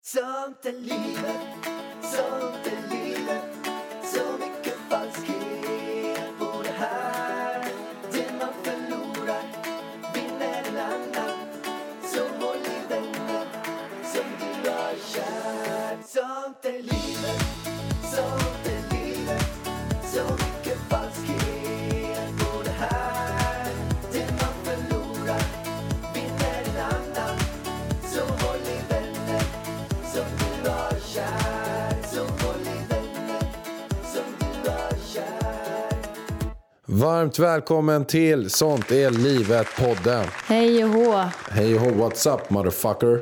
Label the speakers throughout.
Speaker 1: Sånt är livet, sånt är livet. Så mycket falskhet på det här. Det man förlorar vinner en annan. Så håll i vänner som du har kär. Sånt är livet, sånt är livet. Så mycket falskhet på det här. Det man förlorar vinner en annan. Så håll i vänner som du har kär. Så håll i vänner som du har kär.
Speaker 2: Varmt välkommen till Sånt är livet-podden.
Speaker 3: Hej och hå.
Speaker 2: Hej och hå, what's up motherfucker?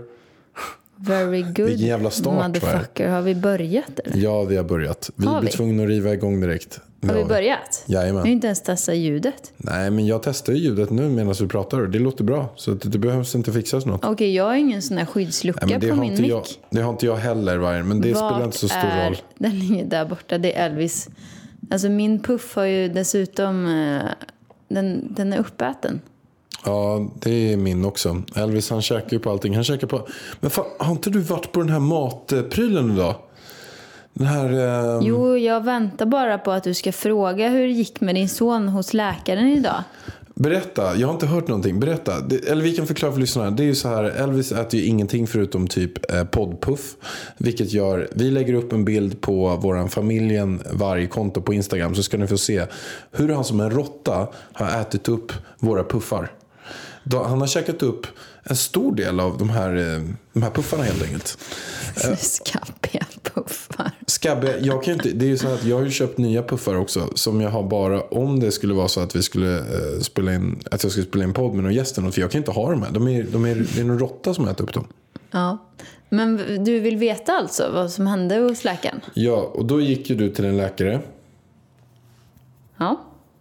Speaker 3: Very good.
Speaker 2: Vilken jävla start,
Speaker 3: motherfucker. Har vi börjat eller?
Speaker 2: Ja, vi har börjat. Vi
Speaker 3: Har
Speaker 2: blir
Speaker 3: vi?
Speaker 2: tvungna att riva igång direkt.
Speaker 3: Har vi
Speaker 2: Ja.
Speaker 3: börjat?
Speaker 2: Jajamän.
Speaker 3: Jag har inte ens testat ljudet.
Speaker 2: Nej, men jag testar ju ljudet nu medan vi pratar. Det låter bra, så att det behövs inte fixas något.
Speaker 3: Okej, jag har ingen sån här skyddslucka
Speaker 2: Nej, men
Speaker 3: på min mick.
Speaker 2: det har inte jag heller, Vargen, men det spelar inte så stor roll.
Speaker 3: Den ligger där borta, det är Elvis. Alltså min puff har ju dessutom, den är uppäten.
Speaker 2: Ja, det är min också. Elvis, han käkar ju på allting. Han käkar på... Men fan, har inte du varit på den här matprylen idag? Den här...
Speaker 3: Jo, jag väntar bara på att du ska fråga hur det gick med din son hos läkaren idag.
Speaker 2: Berätta, jag har inte hört någonting. Berätta, eller vi kan förklara för lyssnarna. Det är ju så här, Elvis äter ju ingenting förutom typ poddpuff. Vilket gör, vi lägger upp en bild på våran familjen varje konto på Instagram. Så ska ni få se hur han som en råtta har ätit upp våra puffar. Han har käkat upp en stor del av de här puffarna helt enkelt.
Speaker 3: Skabbiga puffar.
Speaker 2: Skabbe, jag kan inte, det är ju så att jag har ju köpt nya puffar också som jag har bara om det skulle vara så att vi skulle spela in, att jag skulle spela in podd med någon gäst, för jag kan inte ha dem här. Det är någon råtta som äter upp dem.
Speaker 3: Ja, men du vill veta alltså vad som hände hos läkaren?
Speaker 2: Ja, och då gick ju du till en läkare.
Speaker 3: Ja.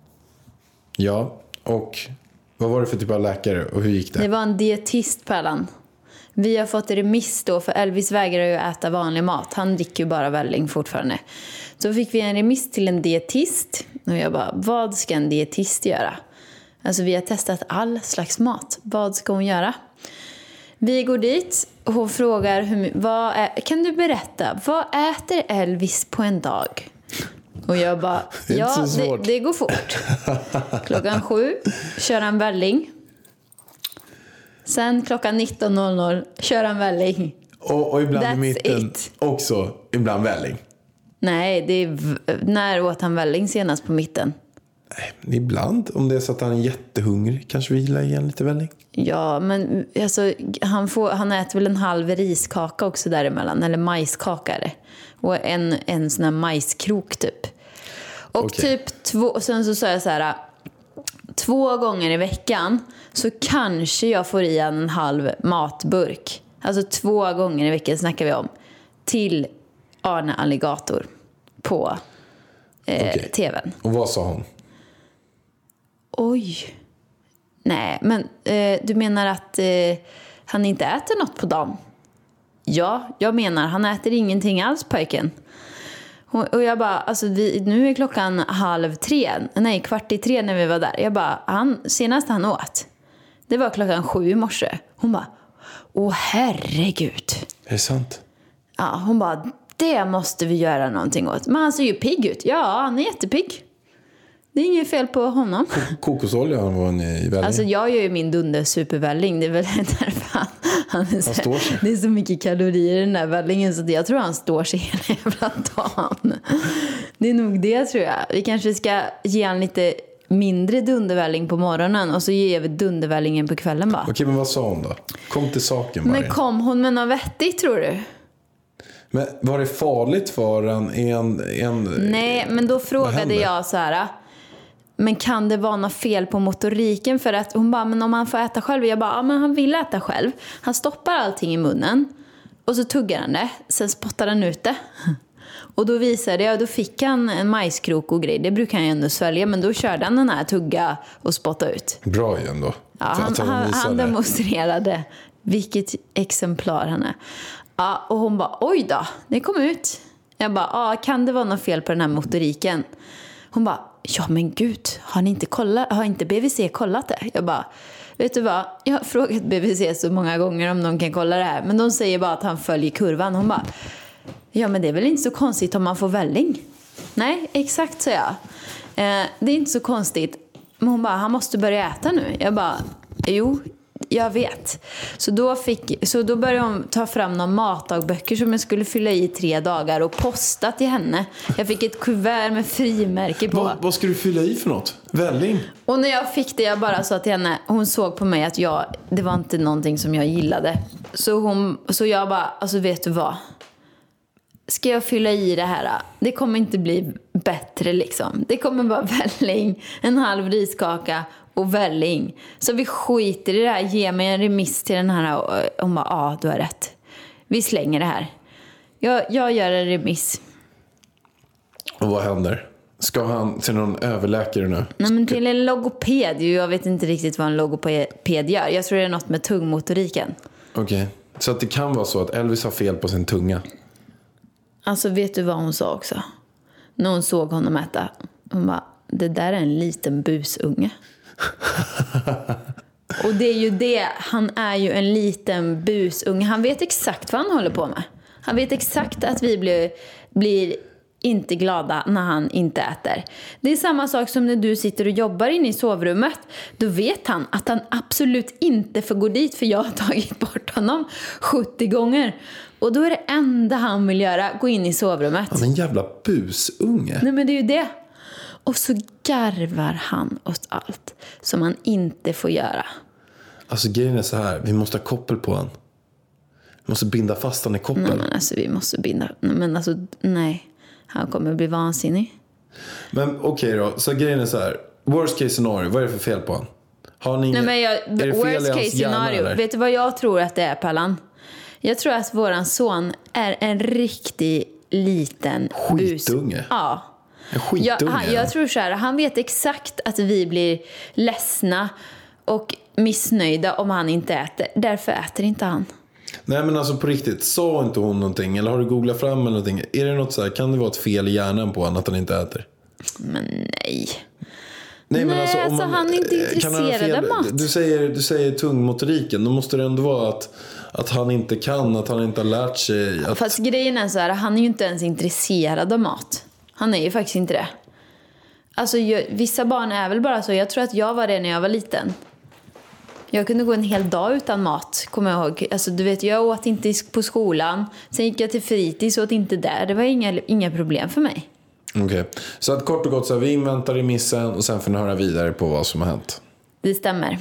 Speaker 2: Ja, och vad var det för typ av läkare och hur gick det?
Speaker 3: Det var en dietist, Pärlan. Vi har fått remiss då, för Elvis vägrar ju äta vanlig mat. Han dricker ju bara välling fortfarande. Så fick vi en remiss till en dietist. Och jag bara, vad ska en dietist göra? Alltså vi har testat all slags mat. Vad ska hon göra? Vi går dit och hon frågar, kan du berätta, vad äter Elvis på en dag? Och jag bara,
Speaker 2: Det är inte så svårt.
Speaker 3: det går fort. 7:00 kör han välling. Sen 19:00 kör han välling.
Speaker 2: Och ibland
Speaker 3: That's
Speaker 2: i mitten
Speaker 3: it.
Speaker 2: också, ibland välling.
Speaker 3: Nej, det är när åt han välling senast på mitten?
Speaker 2: Ibland, om det är så att han är jättehungrig, kanske vi gillar igen lite välling.
Speaker 3: Ja, men alltså, han äter väl en halv riskaka också däremellan. Eller majskakare. Och en sån här majskrok typ. Och
Speaker 2: Okej.
Speaker 3: typ sen så sa jag så här: 2 gånger i veckan så kanske jag får i en halv matburk. Alltså 2 gånger i veckan snackar vi om. Till Arne Alligator på tvn.
Speaker 2: Och vad sa hon?
Speaker 3: Oj. Nej, men du menar att han inte äter något på dagen? Ja, jag menar han äter ingenting alls, pojken. Och jag bara, alltså nu är klockan 2:30. Nej, 2:45 när vi var där. Jag bara, senast han åt, det var 7:00 i morse. Hon bara, åh herregud.
Speaker 2: Är det sant?
Speaker 3: Ja, hon bara, det måste vi göra någonting åt. Men han ser ju pigg ut. Ja, han är jättepigg. Det är inget fel på honom.
Speaker 2: Kokosolja var en i välling.
Speaker 3: Alltså jag gör ju min dunder supervälling. Det är väl därför han
Speaker 2: står sig.
Speaker 3: Det är så mycket kalorier i den där vällingen, så jag tror han står sig hela jävla dagen. Det är nog det, tror jag. Vi kanske ska ge han lite mindre dundervälling på morgonen och så ger vi dundervällingen på kvällen bara.
Speaker 2: Okej, men vad sa hon då? Kom till saken,
Speaker 3: Men
Speaker 2: Marie.
Speaker 3: kom hon med något vettigt, tror du?
Speaker 2: Men var det farligt för en...
Speaker 3: Nej, men då frågade
Speaker 2: hände?
Speaker 3: jag så här: men kan det vara något fel på motoriken? För att hon bara, men om han får äta själv. Jag bara, ja, men han vill äta själv. Han stoppar allting i munnen och så tuggar han det. Sen spottar han ut det. Och då visade jag, då fick han en majskrok och grej. Det brukar han ju ändå svälja, men då körde han den här tugga och spotta ut.
Speaker 2: Bra ju ändå.
Speaker 3: Ja,
Speaker 2: Att
Speaker 3: han
Speaker 2: visade.
Speaker 3: demonstrerade vilket exemplar han är. Ja, och hon bara, oj då, det kom ut. Jag bara, ja, kan det vara något fel på den här motoriken? Hon bara, ja men gud, har inte BVC kollat det? Jag bara, vet du vad? Jag har frågat BBC så många gånger om de kan kolla det här. Men de säger bara att han följer kurvan. Hon bara, ja men det är väl inte så konstigt om man får välling. Nej, exakt så jag. Det är inte så konstigt. Men hon bara, han måste börja äta nu. Jag bara, jo, jag vet. Så då började hon ta fram några matdagböcker som jag skulle fylla i 3 dagar och posta till henne. Jag fick ett kuvert med frimärke på.
Speaker 2: Vad ska du fylla i för något? Välling?
Speaker 3: Och när jag fick det, jag bara sa till henne, hon såg på mig att det var inte någonting som jag gillade. Så jag bara, alltså vet du vad? Ska jag fylla i det här? Det kommer inte bli bättre liksom. Det kommer vara välling, en halv riskaka och välling. Så vi skiter i det här. Ge mig en remiss till den här. Hon bara, ja, du har rätt. Vi slänger det här. Jag gör en remiss.
Speaker 2: Och vad händer? Ska han till någon överläkare nu?
Speaker 3: Nej, men till en logoped. Jag vet inte riktigt vad en logoped gör. Jag tror det är något med tungmotoriken.
Speaker 2: Okej. Så att det kan vara så att Elvis har fel på sin tunga.
Speaker 3: Alltså vet du vad hon sa också? När hon såg honom äta. Hon bara, det där är en liten busunge. Och det är ju det. Han är ju en liten busunge. Han vet exakt vad han håller på med. Han vet exakt att vi blir inte glada när han inte äter. Det är samma sak som när du sitter och jobbar inne i sovrummet. Då vet han att han absolut inte får gå dit, för jag har tagit bort honom 70 gånger. Och då är det enda han vill göra gå in i sovrummet.
Speaker 2: Ja, men jävla busunge.
Speaker 3: Nej, men det är ju det. Och så garvar han åt allt som han inte får göra.
Speaker 2: Alltså grejen är så här, vi måste ha koppel på han. Vi måste binda fast han i koppel.
Speaker 3: Nej, men alltså vi måste binda. Nej, men alltså nej. Han kommer bli vansinnig.
Speaker 2: Men okej då, så grejen är så här. Worst case scenario, vad är det för fel på han? Har ni ingen,
Speaker 3: Nej, men
Speaker 2: är det fel
Speaker 3: worst
Speaker 2: i hans
Speaker 3: case
Speaker 2: hjärna,
Speaker 3: scenario.
Speaker 2: eller?
Speaker 3: Vet du vad jag tror att det är, Pallan? Jag tror att våran son är en riktig liten
Speaker 2: Skitunge.
Speaker 3: bus. Ja.
Speaker 2: En skitunge.
Speaker 3: Jag tror så här, han vet exakt att vi blir ledsna och missnöjda om han inte äter. Därför äter inte han.
Speaker 2: Nej, men alltså på riktigt, sa inte hon någonting? Eller har du googlat fram eller någonting? Är det något så här, kan det vara ett fel i hjärnan på han att han inte äter?
Speaker 3: Men nej.
Speaker 2: Nej, men alltså,
Speaker 3: alltså han är inte intresserad av mat.
Speaker 2: Du säger tungmotoriken. Då måste det ändå vara att han inte kan, att han inte har lärt sig att...
Speaker 3: Fast grejen är så här, han är ju inte ens intresserad av mat. Han är ju faktiskt inte det. Alltså vissa barn är väl bara så. Jag tror att jag var det när jag var liten. Jag kunde gå en hel dag utan mat, kommer jag ihåg. Alltså du vet, jag åt inte på skolan. Sen gick jag till fritids och åt inte där. Det var inga problem för mig.
Speaker 2: Okej. Så att kort och gott så här, vi inväntar remissen och sen får ni höra vidare på vad som har hänt.
Speaker 3: Det stämmer.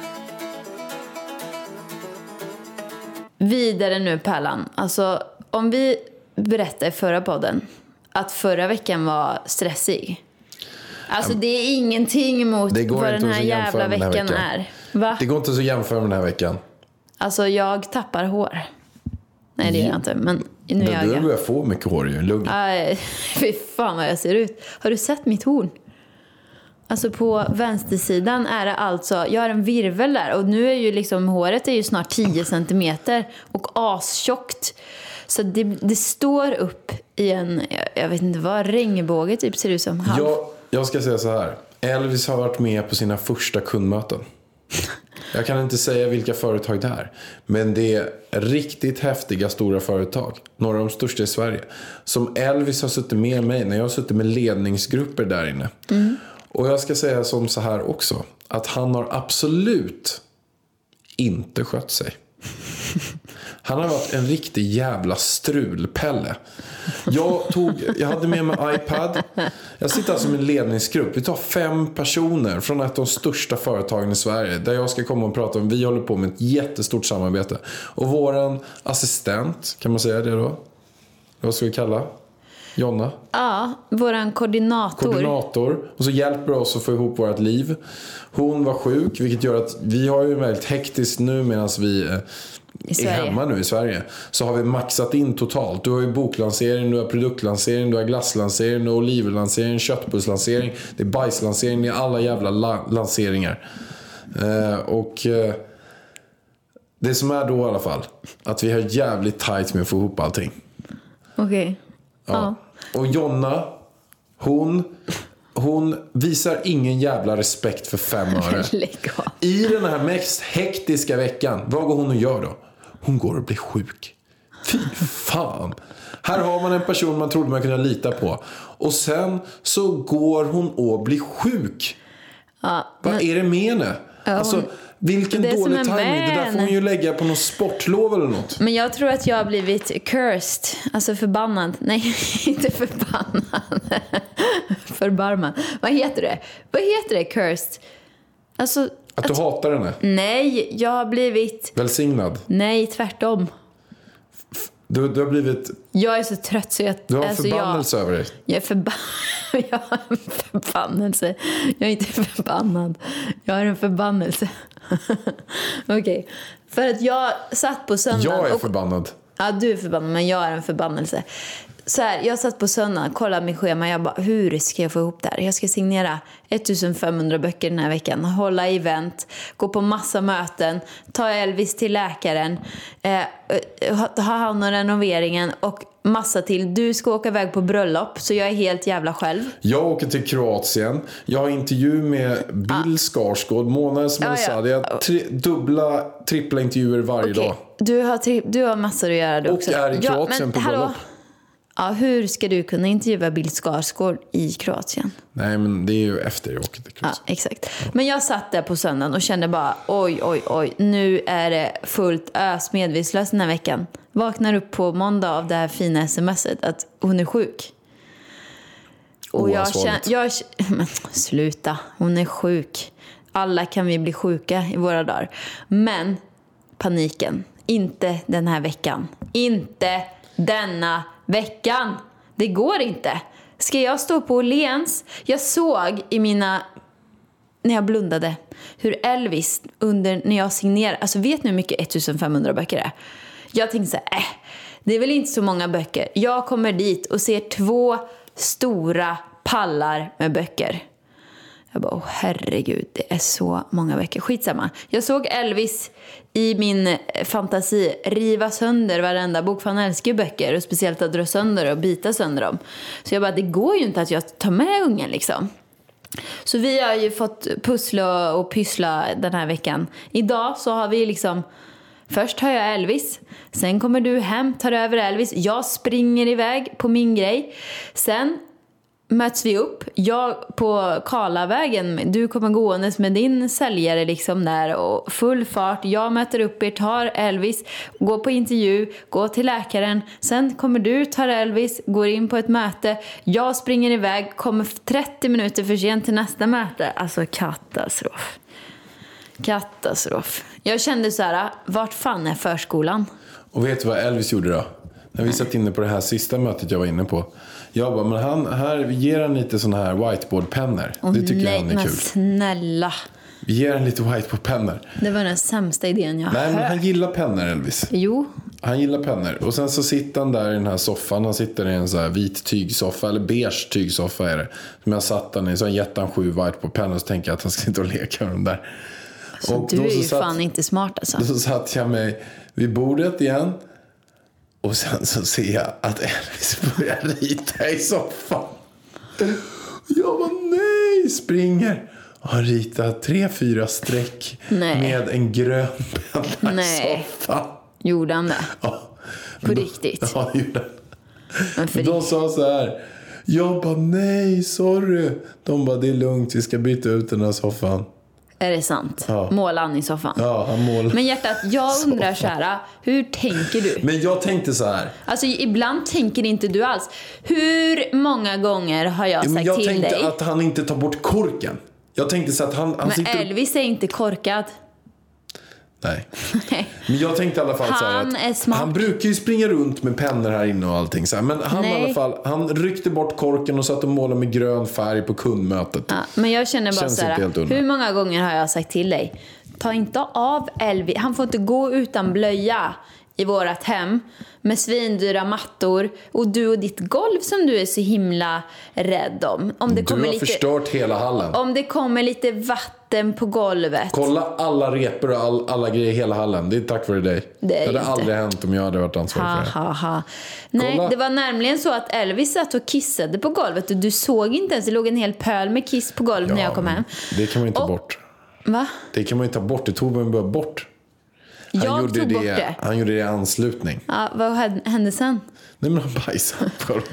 Speaker 3: Vidare nu, Pärlan. Alltså, om vi berättar i förra podden att förra veckan var stressig. Alltså det är ingenting mot vad den här jävla veckan är. Va?
Speaker 2: Det går inte så jämföra med den här veckan.
Speaker 3: Alltså jag tappar hår. Nej, det gör jag inte. Men nu
Speaker 2: du
Speaker 3: jag.
Speaker 2: har börjat få mycket hår ju. Lugn.
Speaker 3: Fy fan vad jag ser ut. Har du sett mitt horn? Alltså på vänstersidan är det alltså, jag har en virvel där. Och nu är ju liksom, håret är ju snart 10 centimeter. Och astjockt. Så det står upp i en, jag vet inte vad, regnbåge typ ser ut som.
Speaker 2: Jag ska säga så här. Elvis har varit med på sina första kundmöten. Jag kan inte säga vilka företag det är. Men det är riktigt häftiga stora företag. Några av de största i Sverige. Som Elvis har suttit med mig när jag har suttit med ledningsgrupper där inne. Mm. Och jag ska säga som så här också. Att han har absolut inte skött sig. Han har varit en riktig jävla strulpelle. Jag hade med mig iPad. Jag sitter alltså med en ledningsgrupp. Vi tar 5 personer från ett av de största företagen i Sverige. Där jag ska komma och prata om. Vi håller på med ett jättestort samarbete. Och våran assistent, kan man säga det då? Vad ska vi kalla? Jonna?
Speaker 3: Ja, våran koordinator. Och så hjälper oss att få ihop vårt liv. Hon var sjuk, vilket gör att vi har ju väldigt hektiskt nu medan vi är hemma nu i Sverige. Så har vi maxat in totalt. Du har ju boklansering, du har produktlansering, du har glasslansering, du har olivenlansering, köttbulslansering, det är bajslansering, det är alla jävla lanseringar. Det som är då i alla fall att vi har jävligt tajt med att få ihop allting. Okej.
Speaker 2: Ja. Och Jonna, hon hon visar ingen jävla respekt för 5 öre.
Speaker 3: Lägg av.
Speaker 2: I den här mest hektiska veckan, vad går hon och gör då? Hon går och blir sjuk. Fy fan. Här har man en person man trodde man kunde lita på. Och sen så går hon och blir sjuk.
Speaker 3: Ja,
Speaker 2: vad är det med henne? Alltså, vilken dålig timing. Det där får hon ju lägga på någon sportlov eller något.
Speaker 3: Men jag tror att jag har blivit cursed. Alltså förbannad. Nej, inte förbannad. Förbarmad. Vad heter det? Vad heter det? Cursed. Alltså,
Speaker 2: att du hatar henne?
Speaker 3: Nej, jag har blivit...
Speaker 2: Välsignad?
Speaker 3: Nej, tvärtom.
Speaker 2: Du har blivit...
Speaker 3: Jag är så trött så jag...
Speaker 2: Du har en förbannelse över dig.
Speaker 3: Jag har en förbannelse. Jag är inte förbannad. Jag har en förbannelse. Okej. För att jag satt på söndagen...
Speaker 2: Jag är förbannad.
Speaker 3: Ja, du är förbannad, men jag är en förbannelse. Så här, jag satt på söndagen, kollade min schema. Jag bara, hur ska jag få ihop det här? Jag ska signera 1500 böcker den här veckan. Hålla event, gå på massa möten, ta Elvis till läkaren, ha hand om renoveringen och massa till. Du ska åka iväg på bröllop, så jag är helt jävla själv.
Speaker 2: Jag åker till Kroatien. Jag har intervju med Bill Skarsgård, Mona Smalsad. Jag har trippla intervjuer varje dag.
Speaker 3: Du har massor att göra du också.
Speaker 2: Och är i Kroatien på bröllop.
Speaker 3: Ja, hur ska du kunna intervjua Bill Skarsgård i Kroatien?
Speaker 2: Nej, men det är ju efter jag åker till Kroatien.
Speaker 3: Ja, exakt. Men jag satt där på söndagen och kände bara, oj, nu är det fullt ös medvetslös den här veckan. Vaknar upp på måndag av det här fina sms:et att hon är sjuk. Och men sluta, hon är sjuk. Alla kan vi bli sjuka i våra dagar. Men paniken, inte den här veckan. Inte denna veckan. Det går inte. Ska jag stå på Åhléns? Jag såg när jag blundade hur Elvis när jag signerade, alltså vet ni hur mycket 1500 böcker är? Jag tänkte så här, det är väl inte så många böcker. Jag kommer dit och ser 2 stora pallar med böcker. Jag bara, herregud, det är så många böcker. Skitsamma. Jag såg Elvis i min fantasi riva sönder varenda bok, för han älskar ju böcker, och speciellt att dra sönder och bita sönder dem. Så jag bara, det går ju inte att jag tar med ungen liksom. Så vi har ju fått pussla och pyssla den här veckan. Idag så har vi liksom, först har jag Elvis, sen kommer du hem, tar över Elvis, jag springer iväg på min grej, sen möts vi upp, jag på Karlavägen, du kommer gåendes med din säljare liksom där, och full fart, jag möter upp er, tar Elvis, går på intervju, går till läkaren, sen kommer du, tar Elvis, går in på ett möte, jag springer iväg, kommer 30 minuter för sent till nästa möte. Alltså katastrof. Jag kände så här, vart fan är förskolan?
Speaker 2: Och vet du vad Elvis gjorde då? När vi satt inne på det här sista mötet jag var inne på. Jag bara, men han ger han lite såna här whiteboardpennor. Det tycker jag han är kul.
Speaker 3: Snälla.
Speaker 2: Vi ger han lite whiteboardpennor.
Speaker 3: Det var den sämsta idén jag hört.
Speaker 2: Nej, men han gillar pennor, Elvis.
Speaker 3: Jo.
Speaker 2: Han gillar pennor. Och sen så sitter han där i den här soffan. Han sitter i en så här vit tygsoffa, eller beige tygsoffa är det. Som jag satt han i, så han gett han 7 whiteboardpennor, och så tänker jag att han ska inte leka med dem där.
Speaker 3: Alltså, och du är ju fan inte smart alltså.
Speaker 2: Då satt jag mig vid bordet igen. Och sen så ser jag att Elvis börjar rita i soffan. Jag bara, nej, springer. Och han ritar 3-4 streck med en grön penna i soffan.
Speaker 3: Gjorde han det?
Speaker 2: Ja.
Speaker 3: På riktigt?
Speaker 2: Ja, gjorde han. De sa så här. Jag bara, nej, sorry. De bara, det är lugnt, vi ska byta ut den här soffan.
Speaker 3: Är det sant?
Speaker 2: Ja.
Speaker 3: Målar han i soffan?
Speaker 2: Ja, han målar.
Speaker 3: Men hjärtat, jag undrar så här, hur tänker du?
Speaker 2: Men jag tänkte så här.
Speaker 3: Alltså ibland tänker inte du alls. Hur många gånger har jag sagt till dig?
Speaker 2: Jag tänkte att han inte tar bort korken. Jag tänkte så att han
Speaker 3: men
Speaker 2: sitter...
Speaker 3: Elvis är inte korkad.
Speaker 2: Nej. Men jag tänkte i alla fall så här att
Speaker 3: är smart.
Speaker 2: Han brukar ju springa runt med pennor här inne och allting så här. Men han i alla fall, han ryckte bort korken och satt och målade med grön färg på kundmötet.
Speaker 3: Ja, men jag känner bara så här, hur många gånger har jag sagt till dig, ta inte av Elvis, han får inte gå utan blöja i vårat hem med svindyra mattor, och du och ditt golv som du är så himla rädd om det kommer
Speaker 2: du har förstört hela hallen.
Speaker 3: Om det kommer lite vatten vatten på golvet.
Speaker 2: Kolla alla repor och alla grejer i hela hallen. Det är tack vare dig. Det hade aldrig hänt om jag hade varit ansvarig för det.
Speaker 3: Nej, det var nämligen så att Elvis satt och kissade på golvet. Och du såg inte ens, det låg en hel pöl med kiss på golvet när jag kom hem.
Speaker 2: Det kan man inte ta bort.
Speaker 3: Va?
Speaker 2: Det kan man inte ta bort, det tog man bara bort.
Speaker 3: Jag tog bort det.
Speaker 2: Han gjorde det i anslutning.
Speaker 3: Ja, vad hände sen?
Speaker 2: Nej, men han bajsade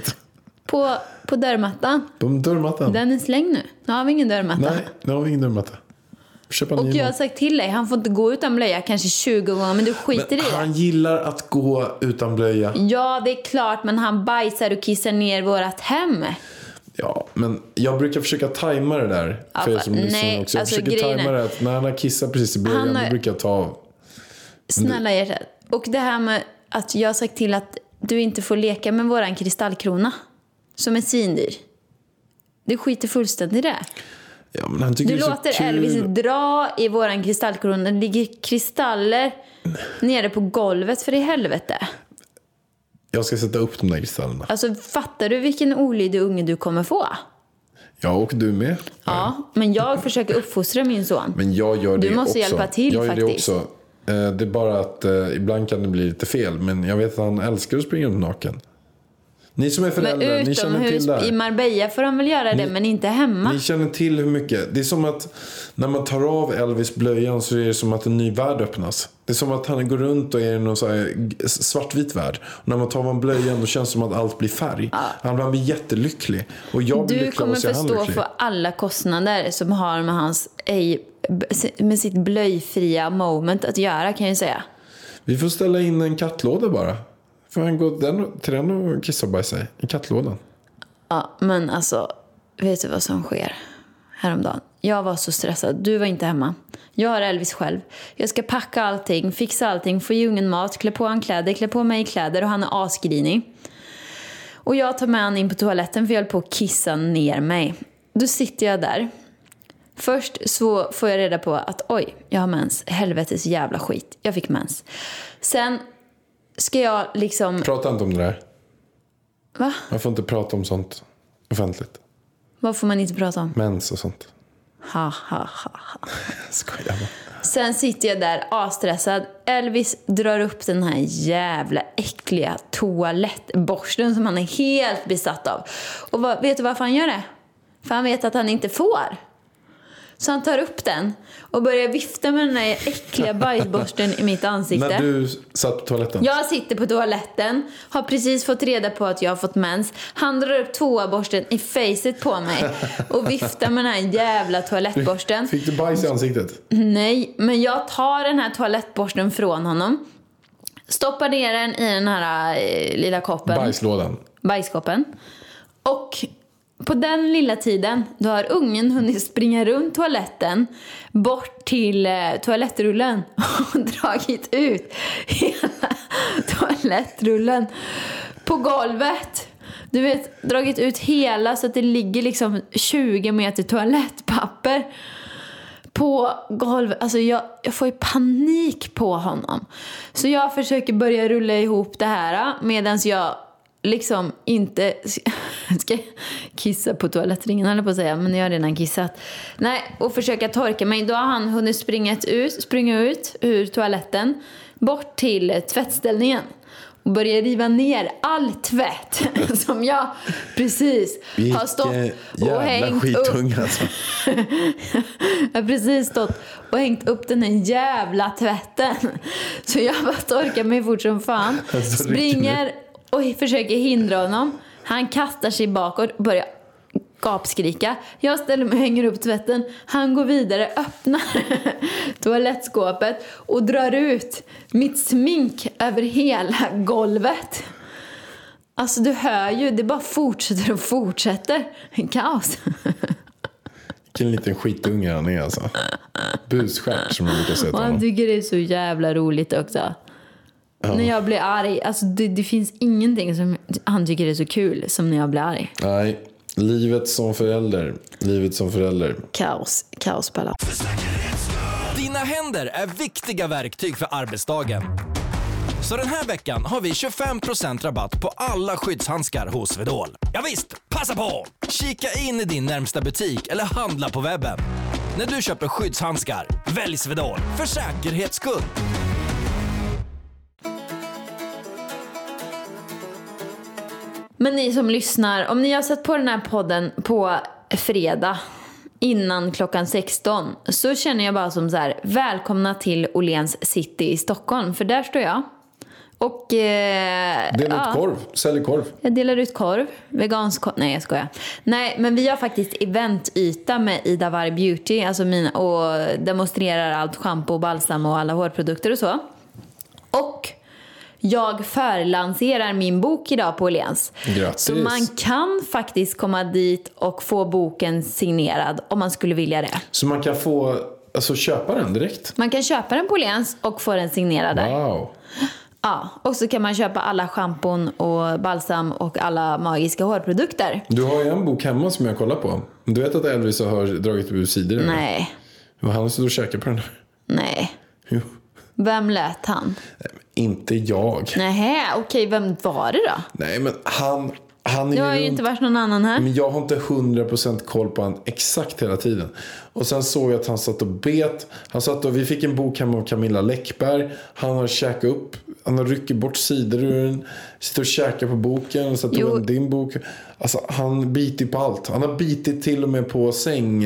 Speaker 3: På dörrmattan.
Speaker 2: På dörrmattan?
Speaker 3: Den är slängd nu. Nu har vi ingen dörrmatta.
Speaker 2: Nej, nu har vi ingen dörrmatta.
Speaker 3: Och jag har sagt till dig, han får inte gå utan blöja kanske 20 gånger, men du skiter i det.
Speaker 2: Han gillar att gå utan blöja.
Speaker 3: Ja, det är klart, men han bajsar och kissar ner vårat hem.
Speaker 2: Ja, men jag brukar försöka tajma det där. För er som lyssnar också. Jag försöker tajma det att när han har kissat precis i blöjan, då brukar jag ta av.
Speaker 3: Snälla hjärtat. Och det här med att jag har sagt till att du inte får leka med våran kristallkrona. Som är svindyr. Det skiter fullständigt i det.
Speaker 2: Ja, men han tycker
Speaker 3: du
Speaker 2: det är
Speaker 3: låter
Speaker 2: så kul.
Speaker 3: Elvis dra i våran kristallkrona. Det ligger kristaller nere på golvet för i helvete.
Speaker 2: Jag ska sätta upp de där kristallerna.
Speaker 3: Alltså, fattar du vilken olydig unge du kommer få?
Speaker 2: Ja, och du med.
Speaker 3: Ja, men jag försöker uppfostra min son.
Speaker 2: Men jag gör det också.
Speaker 3: Du måste hjälpa till
Speaker 2: jag
Speaker 3: faktiskt.
Speaker 2: Jag gör det också. Det är bara att ibland kan det bli lite fel. Men jag vet att han älskar att springa runt naken. Ni som är föräldrar, ni känner till det.
Speaker 3: I Marbella får han väl göra det, men inte hemma.
Speaker 2: Ni känner till hur mycket. Det är som att när man tar av Elvis blöjan så är det som att en ny värld öppnas. Det är som att han går runt och är i någon så här svartvit värld. Och när man tar av blöjan då känns det som att allt blir färg. Ja. Han blir jättelycklig. Och jag blir
Speaker 3: du kommer förstå för alla kostnader som har med sitt blöjfria moment att göra, kan jag säga.
Speaker 2: Vi får ställa in en kattlåda bara. Får han gå till den och kissa och bajsa i kattlådan?
Speaker 3: Ja, men alltså, vet du vad som sker häromdagen? Jag var så stressad, du var inte hemma. Jag har Elvis själv. Jag ska packa allting, fixa allting, få ge ungen mat, klä på han kläder, klä på mig kläder och han är asgrinig. Och jag tar med han in på toaletten för jag höll på att kissa ner mig. Då sitter jag där. Först så får jag reda på att oj, jag har mens. Helvetes jävla skit. Jag fick mens. Sen ska jag liksom...
Speaker 2: Prata inte om det där.
Speaker 3: Va?
Speaker 2: Man får inte prata om sånt offentligt.
Speaker 3: Vad får man inte prata om?
Speaker 2: Mens och sånt.
Speaker 3: Ha.
Speaker 2: Skojar bara.
Speaker 3: Sen sitter jag där asstressad. Elvis drar upp den här jävla äckliga toalettborsten som han är helt besatt av. Och vet du varför han gör det? För han vet att han inte får. Så han tar upp den och börjar vifta med den här äckliga bajsborsten i mitt ansikte.
Speaker 2: När du satt på toaletten?
Speaker 3: Jag sitter på toaletten, har precis fått reda på att jag har fått mens. Han drar upp toaborsten i facet på mig och viftar med den här jävla toalettborsten.
Speaker 2: Fick du bajs i ansiktet?
Speaker 3: Nej, men jag tar den här toalettborsten från honom. Stoppar ner den i den här lilla koppen. Bajskoppen. Och... på den lilla tiden då har ungen hunnit springa runt toaletten bort till toalettrullen och dragit ut hela toalettrullen på golvet. Du vet, dragit ut hela så att det ligger liksom 20 meter toalettpapper på golvet. Alltså jag får ju panik på honom. Så jag försöker börja rulla ihop det här medan jag liksom inte ska kissa på toalettringen eller på att säga, men jag har redan kissat. Nej, och försöka torka mig. Då har han hunnit springa ut ur toaletten bort till tvättställningen och börja riva ner all tvätt som jag precis har stått och hängt upp.
Speaker 2: Alltså.
Speaker 3: Jag har precis stått och hängt upp den här jävla tvätten. Så jag bara torkar mig fort som fan. Springer och försöker hindra honom. Han kastar sig bakåt och börjar gapskrika. Jag ställer mig och hänger upp tvätten. Han går vidare, öppnar toalettskåpet och drar ut mitt smink över hela golvet. Alltså du hör ju, det bara fortsätter och fortsätter. Kaos.
Speaker 2: Vilken liten skitunge han är alltså. Busstjärt som man brukar säga till honom.
Speaker 3: Han tycker det är så jävla roligt också. Ja. När jag blir arg, alltså det finns ingenting som han tycker är så kul som när jag blir arg.
Speaker 2: Nej, livet som förälder.
Speaker 3: Kaos på alla.
Speaker 4: Dina händer är viktiga verktyg för arbetsdagen. Så den här veckan har vi 25% rabatt på alla skyddshandskar hos Swedol. Ja visst, passa på! Kika in i din närmsta butik eller handla på webben. När du köper skyddshandskar, välj Swedol för säkerhets skull.
Speaker 3: Men ni som lyssnar, om ni har sett på den här podden på fredag innan klockan 16 så känner jag bara som så här: välkomna till Åhléns City i Stockholm, för där står jag. Och
Speaker 2: Delar ut korv, säljer korv.
Speaker 3: Jag delar ut korv, vegansk korv. Nej, jag skojar. Nej, men vi har faktiskt eventyta med Ida Varg Beauty, alltså och demonstrerar allt shampoo, balsam och alla hårprodukter och så. Och jag förlanserar min bok idag på Åhléns.
Speaker 2: Grattis.
Speaker 3: Så man kan faktiskt komma dit och få boken signerad om man skulle vilja det.
Speaker 2: Så man kan få, alltså köpa den direkt?
Speaker 3: Man kan köpa den på Åhléns och få den signerad där.
Speaker 2: Wow.
Speaker 3: Ja, och så kan man köpa alla schampon och balsam och alla magiska hårprodukter.
Speaker 2: Du har ju en bok hemma som jag kollar på. Du vet att Elvis har dragit ut sidor?
Speaker 3: Nej.
Speaker 2: Men han står och käkar på den.
Speaker 3: Nej.
Speaker 2: Jo.
Speaker 3: Vem lät han?
Speaker 2: Inte jag.
Speaker 3: Nej, okej, vem var det då?
Speaker 2: Nej, men han är
Speaker 3: Det har ju
Speaker 2: runt.
Speaker 3: inte varit någon annan här.
Speaker 2: Men jag har inte 100% koll på han exakt hela tiden. Och sen såg jag att han satt och bet. Vi fick en bok hemma av Camilla Läckberg. Han har käkat upp. Han har ryckt bort sidor ur den. Sitter och käkar på boken. Så tog han din bok. Alltså han biter på allt. Han har bitit till och med på säng.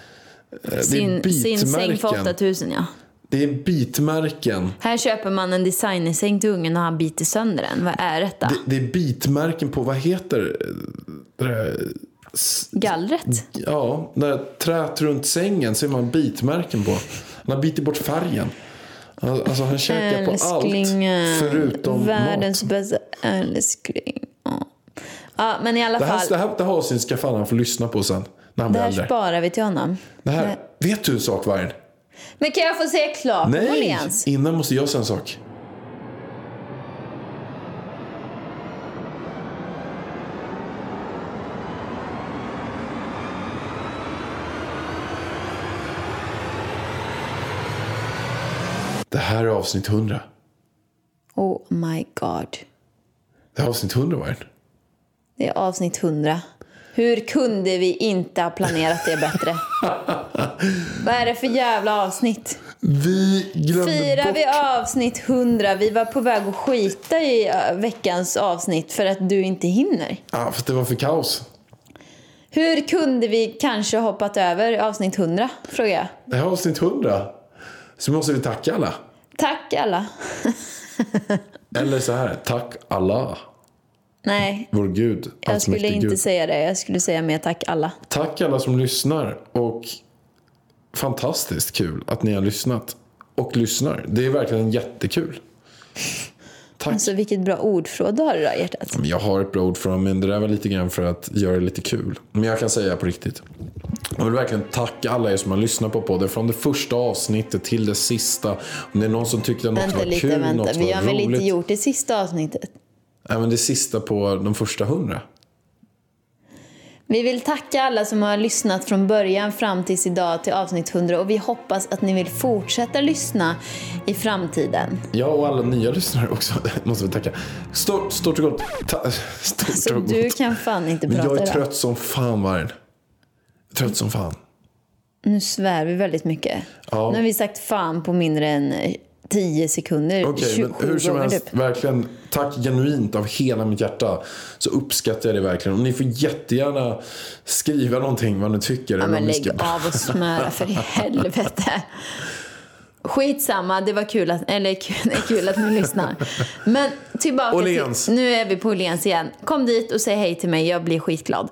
Speaker 3: Sin säng för 8000, ja.
Speaker 2: Det är bitmärken.
Speaker 3: Här köper man en designersäng till ungen och han biter sönder den. Vad är detta?
Speaker 2: Det är bitmärken på, vad heter det?
Speaker 3: Gallret?
Speaker 2: Ja, när trät runt sängen ser man bitmärken på. Han har bitit bort färgen. Alltså han käkar på allt förutom
Speaker 3: världens
Speaker 2: mat.
Speaker 3: bästa älskling. Ja, men i alla fall.
Speaker 2: Det här avsnittet ska fan han få lyssna på sen. När han
Speaker 3: Det
Speaker 2: blir
Speaker 3: här
Speaker 2: äldre.
Speaker 3: sparar vi till honom.
Speaker 2: Vet du en sak, Vargen?
Speaker 3: Men kan jag få säga klart om
Speaker 2: Nej,
Speaker 3: Åhléns?
Speaker 2: innan måste jag säga en sak. Det här är avsnitt 100.
Speaker 3: Oh my god.
Speaker 2: Det är avsnitt 100, Vargen.
Speaker 3: Det är avsnitt 100. Hur kunde vi inte ha planerat det bättre? Vad är det för jävla avsnitt?
Speaker 2: Vi glömde
Speaker 3: Firar
Speaker 2: bort.
Speaker 3: vi avsnitt 100? Vi var på väg att skita i veckans avsnitt för att du inte hinner.
Speaker 2: Ja, för det var för kaos.
Speaker 3: Hur kunde vi kanske hoppat över avsnitt 100? Frågar jag.
Speaker 2: Det här är avsnitt 100. Så måste vi tacka alla.
Speaker 3: Tack alla.
Speaker 2: Eller så här, tack alla.
Speaker 3: Nej,
Speaker 2: Vår Gud.
Speaker 3: jag skulle
Speaker 2: allsmäktig
Speaker 3: inte
Speaker 2: Gud.
Speaker 3: säga det. Jag skulle säga mer tack alla.
Speaker 2: Tack alla som lyssnar. Och fantastiskt kul att ni har lyssnat. Och lyssnar. Det är verkligen jättekul. Tack.
Speaker 3: Alltså vilket bra ordfråd du har idag, hjärtat.
Speaker 2: Jag har ett bra ord för dem, men det där var lite grann för att göra det lite kul. Men jag kan säga på riktigt. Jag vill verkligen tacka alla er som har lyssnat på podden. Från det första avsnittet till det sista. Om det är någon som tyckte att något var kul, något var
Speaker 3: Vi har väl
Speaker 2: roligt.
Speaker 3: inte gjort det sista avsnittet.
Speaker 2: Även det sista på de första 100.
Speaker 3: Vi vill tacka alla som har lyssnat från början fram tills idag till avsnitt 100. Och vi hoppas att ni vill fortsätta lyssna i framtiden.
Speaker 2: Ja, och alla nya lyssnare också. Måste vi tacka. Stort och gott.
Speaker 3: Så du kan fan inte
Speaker 2: Men
Speaker 3: prata
Speaker 2: jag är
Speaker 3: idag.
Speaker 2: trött som fan, Vargen. Trött som fan.
Speaker 3: Nu svär vi väldigt mycket.
Speaker 2: Ja.
Speaker 3: Nu har vi sagt fan på mindre än 10 sekunder.
Speaker 2: Okej,
Speaker 3: 27
Speaker 2: men hur som
Speaker 3: gånger
Speaker 2: helst,
Speaker 3: typ.
Speaker 2: verkligen tack genuint av hela mitt hjärta. Så uppskattar jag det verkligen. Och ni får jättegärna skriva någonting vad ni tycker.
Speaker 3: Ja,
Speaker 2: eller
Speaker 3: men
Speaker 2: om ni
Speaker 3: lägg
Speaker 2: ska...
Speaker 3: av och smöra för i helvete. Skitsamma, det var kul att, eller det är kul att ni lyssnar. Men tillbaka
Speaker 2: Åhléns.
Speaker 3: till, nu är vi på Åhléns igen. Kom dit och säg hej till mig, jag blir skitglad.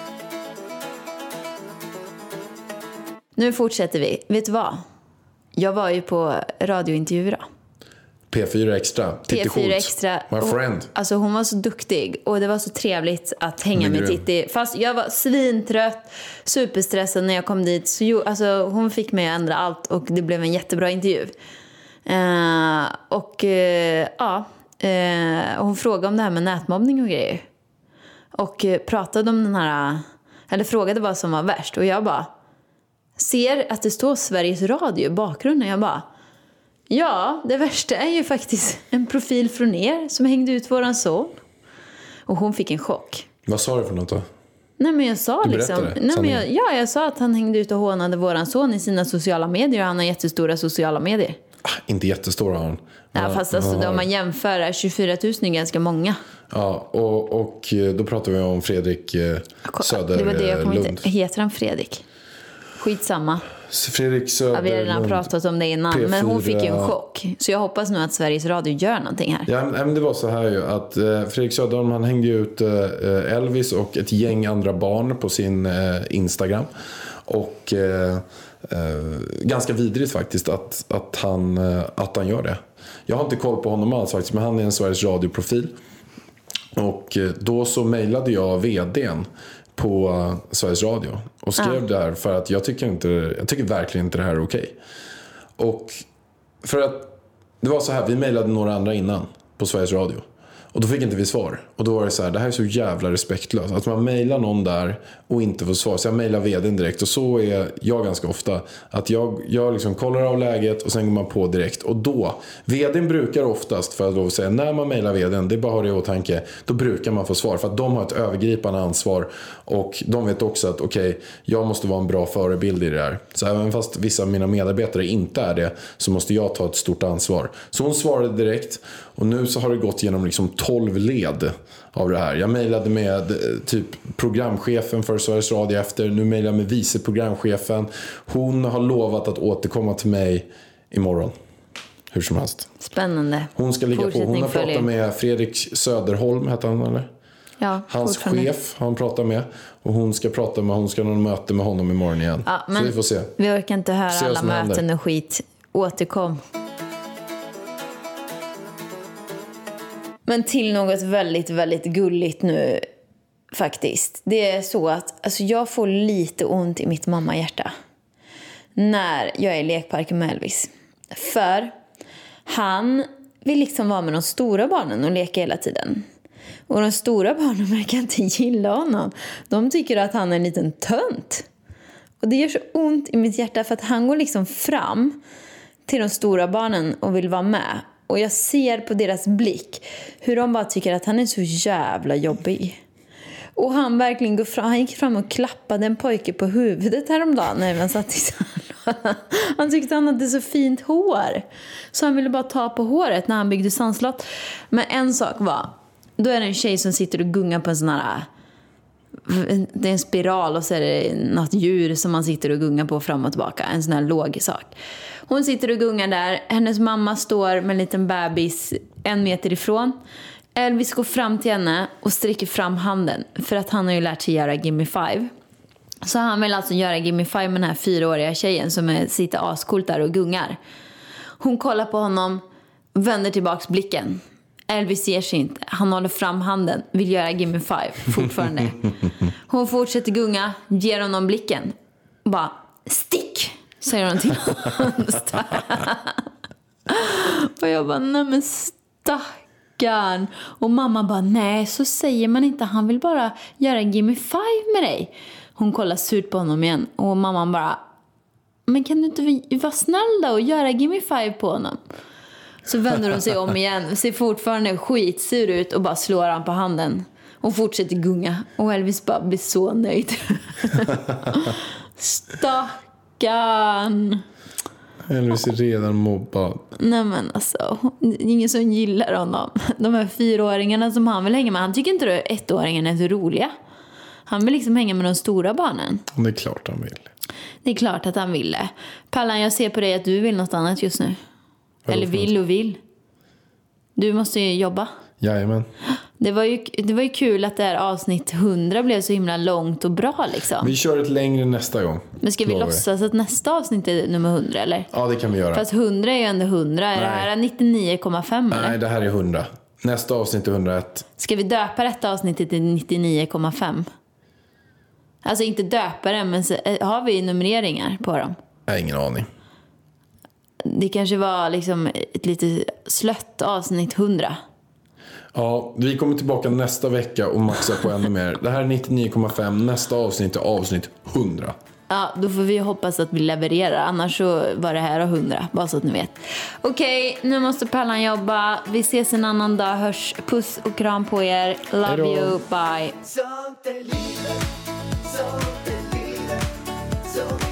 Speaker 3: Nu fortsätter vi. Vet du vad? Jag var ju på radiointervju då.
Speaker 2: P4 Extra. Titti
Speaker 3: P4
Speaker 2: Schultz,
Speaker 3: Extra.
Speaker 2: My friend.
Speaker 3: Alltså hon var så duktig och det var så trevligt att hänga
Speaker 2: Hon är
Speaker 3: med
Speaker 2: grym.
Speaker 3: Titti. Fast jag var svintrött, superstressad när jag kom dit. Så alltså, hon fick mig att ändra allt och det blev en jättebra intervju. Hon frågade om det här med nätmobbning och grejer. Och pratade om den här, eller frågade vad som var värst. Och jag bara ser att det står Sveriges Radio i bakgrunden. Jag bara, Ja, det värsta är ju faktiskt en profil från er som hängde ut våran son. Och hon fick en chock.
Speaker 2: Vad sa du för något då?
Speaker 3: Nej, men jag sa
Speaker 2: Du
Speaker 3: liksom...
Speaker 2: berättade?
Speaker 3: Nej, men
Speaker 2: Sanning.
Speaker 3: jag sa att han hängde ut och hånade våran son i sina sociala medier. Och han har jättestora sociala medier.
Speaker 2: Inte jättestora har han.
Speaker 3: Ja, fast alltså, om man jämför 24 000 är ganska många.
Speaker 2: Ja, och då pratar vi om Fredrik Söderlund.
Speaker 3: Det var det jag kommer inte... Heter han Fredrik? Skitsamma.
Speaker 2: Fredrik Söderlund.
Speaker 3: Ja, vi har redan pratat om det innan.
Speaker 2: P4.
Speaker 3: Men hon fick ju en chock. Så jag hoppas nu att Sveriges Radio gör någonting här.
Speaker 2: Ja, men det var så här ju att Fredrik Söderlund, han hängde ut Elvis och ett gäng andra barn på sin Instagram. Och ganska vidrigt faktiskt att han gör det. Jag har inte koll på honom alls faktiskt, men han är en Sveriges Radio-profil. Och då så mejlade jag vdn på Sveriges Radio och skrev det här för att jag tycker verkligen inte det här är okej. Och för att det var så här, vi mejlade några andra innan på Sveriges Radio. Och då fick inte vi svar. Och då var det så här, det här är så jävla respektlöst. Att man mejlar någon där och inte får svar. Så jag mejlar vdn direkt. Och så är jag ganska ofta. Att jag liksom kollar av läget och sen går man på direkt. Och då, vdn brukar oftast, för att då säga, när man mejlar vdn, det är bara att ha det i åtanke. Då brukar man få svar. För att de har ett övergripande ansvar. Och de vet också att okej, jag måste vara en bra förebild i det här. Så även fast vissa av mina medarbetare inte är det, så måste jag ta ett stort ansvar. Så hon svarade direkt. Och nu så har det gått genom liksom 12 led av det här. Jag mejlade med typ programchefen för Sveriges Radio efter. Nu mejlar jag med viceprogramchefen. Hon har lovat att återkomma till mig imorgon. Hur som helst.
Speaker 3: Spännande.
Speaker 2: Hon ska ligga på. Hon har pratat med Fredrik Söderholm, heter han eller?
Speaker 3: Ja,
Speaker 2: hans chef har hon pratat med. Och hon ska prata med, hon ska ha någon möte med honom imorgon igen.
Speaker 3: Ja, men
Speaker 2: så vi får se.
Speaker 3: Vi orkar inte höra alla möten och skit. Återkom. Men till något väldigt, väldigt gulligt nu faktiskt. Det är så att alltså, jag får lite ont i mitt mammahjärta när jag är i lekparken med Elvis. För han vill liksom vara med de stora barnen och leka hela tiden. Och de stora barnen verkar inte gilla honom. De tycker att han är en liten tönt. Och det gör så ont i mitt hjärta för att han går liksom fram till de stora barnen och vill vara med. Och jag ser på deras blick hur de bara tycker att han är så jävla jobbig. Och han verkligen går fram, han gick fram och klappade en pojke på huvudet häromdagen när han satt i sandlådan. Han tyckte han hade så fint hår. Så han ville bara ta på håret när han byggde sandslott. Men en sak var, då är det en tjej som sitter och gungar på en sån här... Det är en spiral och så är det något djur som man sitter och gungar på fram och tillbaka. En sån här låg sak. Hon sitter och gungar där. Hennes mamma står med en liten bebis 1 meter ifrån. Elvis går fram till henne och sträcker fram handen. För att han har ju lärt sig göra Gimme 5. Så han vill alltså göra Gimme 5 med den här 4-åriga tjejen som sitter ascoolt där och gungar. Hon kollar på honom, vänder tillbaks blicken. Elvis ser sig inte. Han håller fram handen. Vill göra Gimme 5 fortfarande. Hon fortsätter gunga. Ger honom blicken. Bara, stick! Säger hon till honom. Och jag bara, nej men stackarn. Och mamma bara, nej så säger man inte. Han vill bara göra Gimme 5 med dig. Hon kollar surt på honom igen. Och mamma bara, men kan du inte vara snäll då och göra Gimme 5 på honom? Så vänder hon sig om igen. Ser fortfarande skitsur ut och bara slår han på handen. Och fortsätter gunga. Och Elvis bara blir så nöjd. Stackarn.
Speaker 2: Elvis är redan mobbad.
Speaker 3: Nej men alltså, det är ingen som gillar honom. De här 4-åringarna som han vill hänga med. Han tycker inte att 1-åringen är så roliga. Han vill liksom hänga med de stora barnen.
Speaker 2: Det är klart han vill.
Speaker 3: Det är klart att han ville. Pallan, jag ser på dig att du vill något annat just nu. Eller vill och vill. Du måste ju jobba.
Speaker 2: Jajamän.
Speaker 3: Det var ju kul att det här avsnitt 100 blev så himla långt och bra liksom.
Speaker 2: Vi kör ett längre nästa gång.
Speaker 3: Men ska vi låtsas att nästa avsnitt är nummer 100 eller?
Speaker 2: Ja, det kan vi göra.
Speaker 3: Fast 100 är ju ändå 100. Är det här 99,5 eller?
Speaker 2: Nej, det här är 100. Nästa avsnitt är 101.
Speaker 3: Ska vi döpa detta avsnittet till 99,5? Alltså inte döpa det, men så, har vi numreringar på dem?
Speaker 2: Jag har ingen aning.
Speaker 3: Det kanske var liksom ett lite slött avsnitt 100.
Speaker 2: Ja, vi kommer tillbaka nästa vecka och maxar på ännu mer. Det här är 99,5. Nästa avsnitt är avsnitt 100.
Speaker 3: Ja, då får vi hoppas att vi levererar. Annars så var det här 100, bara så att ni vet. Okej, nu måste Pärlan jobba. Vi ses en annan dag. Hörs. Puss och kram på er. Love
Speaker 2: Hejdå.
Speaker 3: you. Bye.
Speaker 1: Sånt är livet, så mycket